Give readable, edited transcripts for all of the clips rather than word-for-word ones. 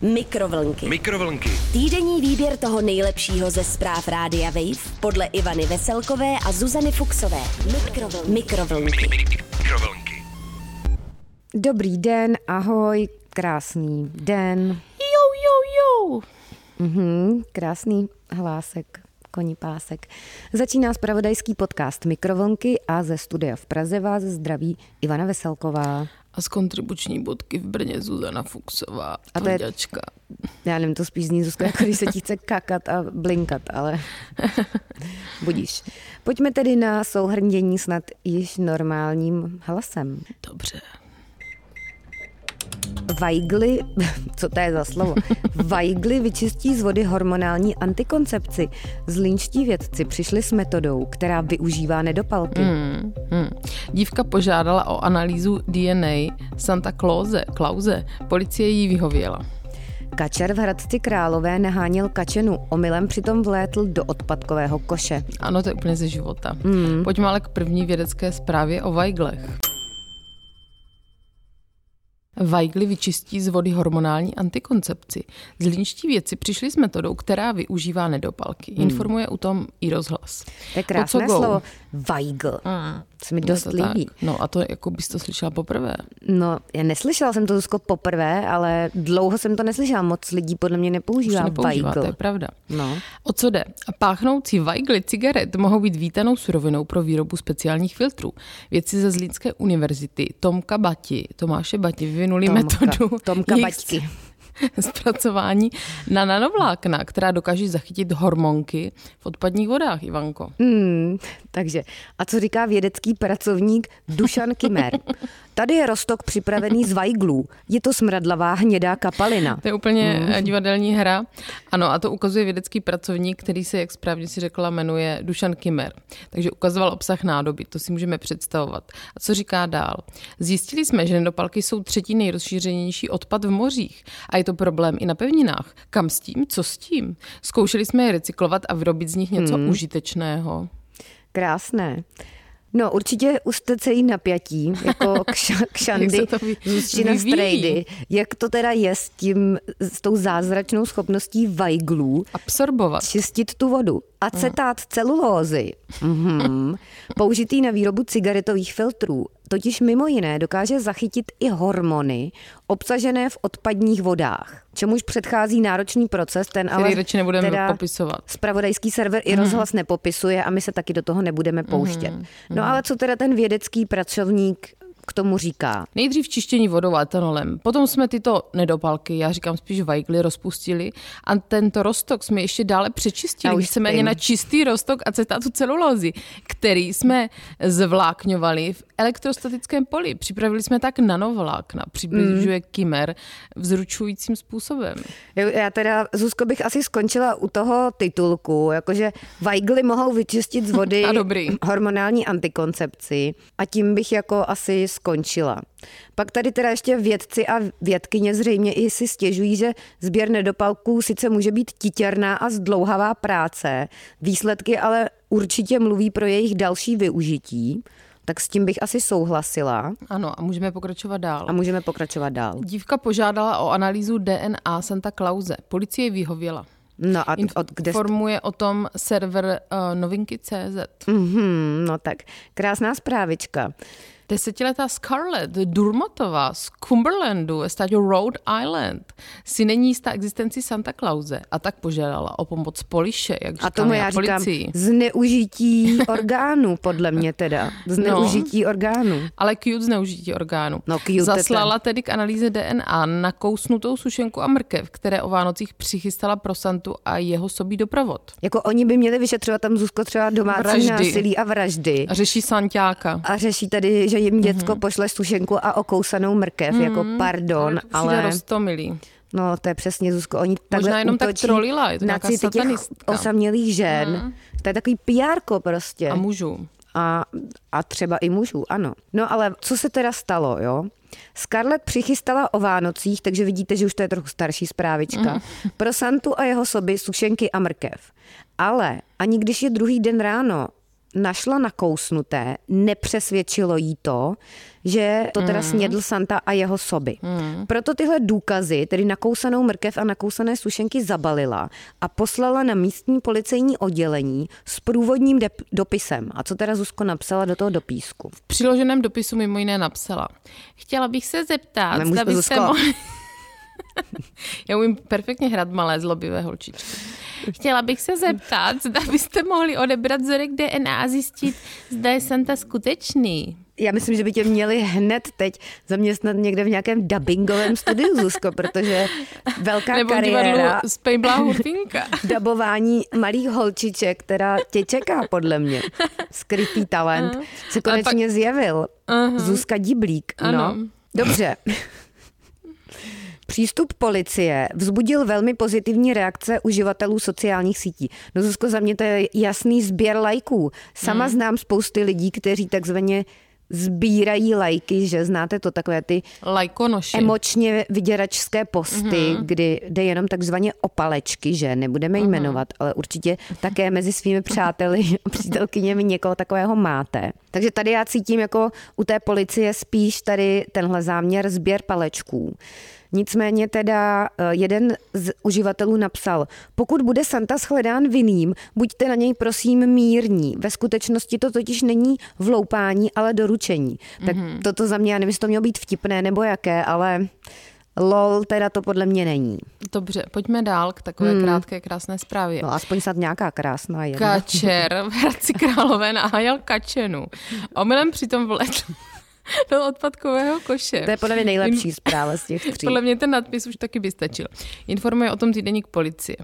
Mikrovlnky. Týdenní výběr toho nejlepšího ze zpráv Rádia Wave podle Ivany Veselkové a Zuzany Fuxové. Mikrovlnky. Dobrý den, ahoj, krásný den. Jo. Krásný hlásek, konipásek. Začíná zpravodajský podcast Mikrovlnky a ze studia v Praze vás zdraví Ivana Veselková. A z kontribuční bodky v Brně Zuzana Fuxová, a to je, já nevím, to spíš zní, Zuzka, jako když se ti chce kakat a blinkat, ale budíš. Pojďme tedy na souhrnění snad již normálním hlasem. Dobře. Weigly, co to je za slovo? Weigly vyčistí z vody hormonální antikoncepci. Zlínští vědci přišli s metodou, která využívá nedopalky. Dívka požádala o analýzu DNA Santa Clause. Policie jí vyhověla. Kačer v Hradci Králové naháněl kačenu, omylem přitom vlétl do odpadkového koše. Ano, to je úplně ze života. Pojďme ale k první vědecké zprávě o Weiglech. Weigly vyčistí z vody hormonální antikoncepci. Zlínští vědci přišli s metodou, která využívá nedopalky. Informuje o tom i rozhlas. To je krásné slovo. Weigl. Co mi dost líbí. No a to jako bys to slyšela poprvé. No, já neslyšela jsem to, Zuzko, poprvé, ale dlouho jsem to neslyšela. Moc lidí podle mě nepoužívá Weigl. To je pravda. No. O co jde? Páchnoucí Weigly cigaret mohou být vítanou surovinou pro výrobu speciálních filtrů. Vědci ze Zlínské univerzity Tomáše Bati vyvinuli metodu zpracování na nanovlákna, která dokáže zachytit hormonky v odpadních vodách, Ivanko. Takže, a co říká vědecký pracovník Dušan Kimer? Tady je roztok připravený z Weiglů. Je to smradlavá hnědá kapalina. To je úplně divadelní hra. Ano, a to ukazuje vědecký pracovník, který se, jak správně si řekla, jmenuje Dušan Kimer. Takže ukazoval obsah nádoby, to si můžeme představovat. A co říká dál? Zjistili jsme, že nedopalky jsou třetí nejrozšířenější odpad v mořích. A je to problém i na pevninách. Kam s tím? Co s tím? Zkoušeli jsme je recyklovat a vyrobit z nich něco užitečného. Krásné. No, určitě už jste celý napjatí, jako kšandy Zuzčina Strejdy. Jak to teda je s tou zázračnou schopností Weiglů absorbovat, čistit tu vodu. Acetát celulózy, použitý na výrobu cigaretových filtrů, totiž mimo jiné dokáže zachytit i hormony obsažené v odpadních vodách, čemuž předchází náročný proces, ten který ale radši nebudeme popisovat. Zpravodajský server i rozhlas nepopisuje a my se taky do toho nebudeme pouštět. No ale co teda ten vědecký pracovník k tomu říká? Nejdřív čištění vodou a etanolem. Potom jsme tyto nedopalky, já říkám spíš Weigly, rozpustili a tento roztok jsme ještě dále přečistili. Víceméně na čistý roztok acetátu celulózy, který jsme zvlákňovali v elektrostatickém poli. Připravili jsme tak nanovlákna, přibližuje Kimer vzručujícím způsobem. Já teda, Zuzko, bych asi skončila u toho titulku, jakože Weigly mohou vyčistit z vody hormonální antikoncepci a tím bych jako asi skončila. Pak tady teda ještě vědci a vědkyně zřejmě i si stěžují, že sběr nedopalků sice může být titěrná a zdlouhavá práce, výsledky ale určitě mluví pro jejich další využití. Tak s tím bych asi souhlasila. Ano, a můžeme pokračovat dál. Dívka požádala o analýzu DNA Santa Clause. Policie vyhověla. No a informuje o tom server novinky.cz. No tak, krásná zprávička. 10letá Scarlett Durmotová z Cumberlandu ve státě Rhode Island si není jistá existenci Santa Clause a tak požádala o pomoc poliše, jak říkáme, a tomu já říkám zneužití orgánů, podle mě teda. Zneužití orgánů. Ale cute zneužití orgánů. Zaslala tedy k analýze DNA nakousnutou sušenku a mrkev, které o Vánocích přichystala pro Santu a jeho sobí doprovod. Jako oni by měli vyšetřovat tam, Zuzko, třeba domácí násilí a vraždy. A řeší Sanťáka. A řeší tady, že jim děcko pošle sušenku a okousanou mrkev, jako pardon, ale roztomilý. No, to je přesně, Zuzko, oni možná jenom tak trolila, je to nějaká satanistka. Osamělých žen, to je takový PR-ko prostě. A mužů. A třeba i mužů, ano. No ale co se teda stalo, jo? Scarlett přichystala o Vánocích, takže vidíte, že už to je trochu starší zprávička, pro Santu a jeho soby sušenky a mrkev. Ale ani když je druhý den ráno našla nakousnuté, nepřesvědčilo jí to, že to teda snědl Santa a jeho soby. Proto tyhle důkazy, tedy nakousanou mrkev a nakousané sušenky, zabalila a poslala na místní policejní oddělení s průvodním dopisem. A co teda Zuzko napsala do toho dopisku? V přiloženém dopisu mimo jiné napsala: chtěla bych se zeptat, zda byste mohli... Já umím perfektně hrát malé zlobivé holčičky. Chtěla bych se zeptat, zda byste mohli odebrat vzorek DNA a zjistit, zda je Santa skutečný. Já myslím, že by tě měli hned teď zaměstnat někde v nějakém dabingovém studiu, Zuzko, protože velká nebo kariéra z Pejbla Hurfinka. Dabování malých holčiček, která tě čeká podle mě. Skrytý talent se konečně zjevil. Zuzka Diblík. No. Dobře. Přístup policie vzbudil velmi pozitivní reakce uživatelů sociálních sítí. No Zuzko, za mě to je jasný sběr lajků. Sama znám spousty lidí, kteří takzvaně sbírají lajky, že znáte to, takové ty lajkonoši, emočně vyděračské posty, kdy jde jenom takzvaně o palečky, že nebudeme jmenovat, ale určitě také mezi svými přáteli a přítelkyněmi někoho takového máte. Takže tady já cítím jako u té policie spíš tady tenhle záměr sběr palečků. Nicméně teda jeden z uživatelů napsal: pokud bude Santa shledán vinným, buďte na něj prosím mírní. Ve skutečnosti to totiž není vloupání, ale doručení. Tak toto za mě, já nevím, jestli to mělo být vtipné nebo jaké, ale lol, teda to podle mě není. Dobře, pojďme dál k takové krátké, krásné zprávě. No aspoň snad nějaká krásná je. Kačer v Hradci Králové naháněl kačenu. Omylem přitom vletl do odpadkového koše. To je podle mě nejlepší zpráva z těch 3. Podle mě ten nadpis už taky by stačil. Informuje o tom týdeník policie.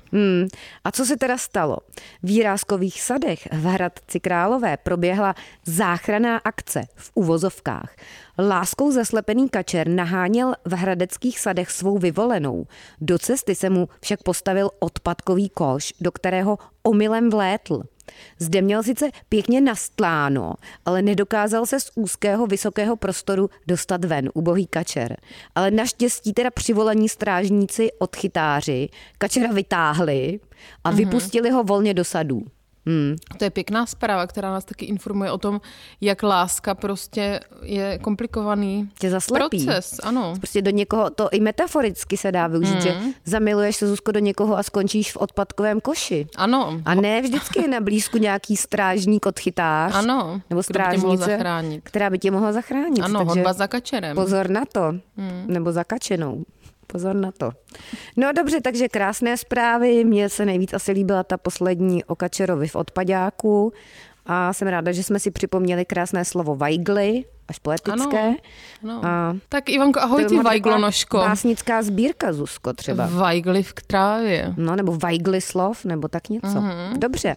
A co se teda stalo? V Jiráskových sadech v Hradci Králové proběhla záchranná akce v uvozovkách. Láskou zaslepený kačer naháněl v hradeckých sadech svou vyvolenou. Do cesty se mu však postavil odpadkový koš, do kterého omylem vlétl. Zde měl sice pěkně nastláno, ale nedokázal se z úzkého vysokého prostoru dostat ven, ubohý kačer. Ale naštěstí teda přivolaní strážníci odchytáři kačera vytáhli a vypustili ho volně do sadů. To je pěkná zpráva, která nás taky informuje o tom, jak láska prostě je komplikovaný proces. Ano. Prostě do někoho, to i metaforicky se dá využít, že zamiluješ se, Zuzko, do někoho a skončíš v odpadkovém koši. Ano. A ne vždycky je na blízku nějaký strážník, odchytář. Ano. Nebo strážnice, která by tě mohla zachránit. Ano, honba za kačerem. Pozor na to. Nebo za kačenou. Pozor na to. No dobře, takže krásné zprávy. Mně se nejvíc asi líbila ta poslední o kačerovi v odpaďáku a jsem ráda, že jsme si připomněli krásné slovo vajgly, až poetické. Ano. A tak Ivanko, ahoj ty vajglonožko. Básnická sbírka, Zuzko, třeba. Vajgly v trávě. No, nebo vajgly slov, nebo tak něco. Dobře.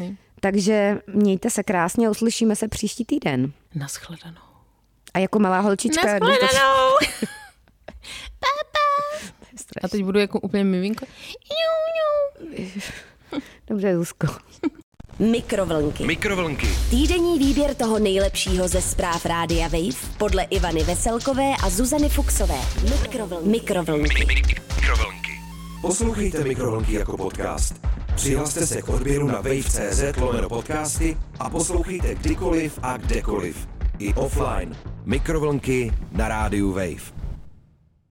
Takže mějte se krásně, uslyšíme se příští týden. Naschledanou. A jako malá holčička. Naschledanou. A teď budu jako úplně miminko. Dobře, Zuzko. Mikrovlnky. Týdenní výběr toho nejlepšího ze zpráv Rádia Wave podle Ivany Veselkové a Zuzany Fuksové. Mikrovlnky. Poslouchejte Mikrovlnky jako podcast. Přihlaste se k odběru na wave.cz/podcasty a poslouchejte kdykoliv a kdekoliv. I offline. Mikrovlnky na rádiu Wave.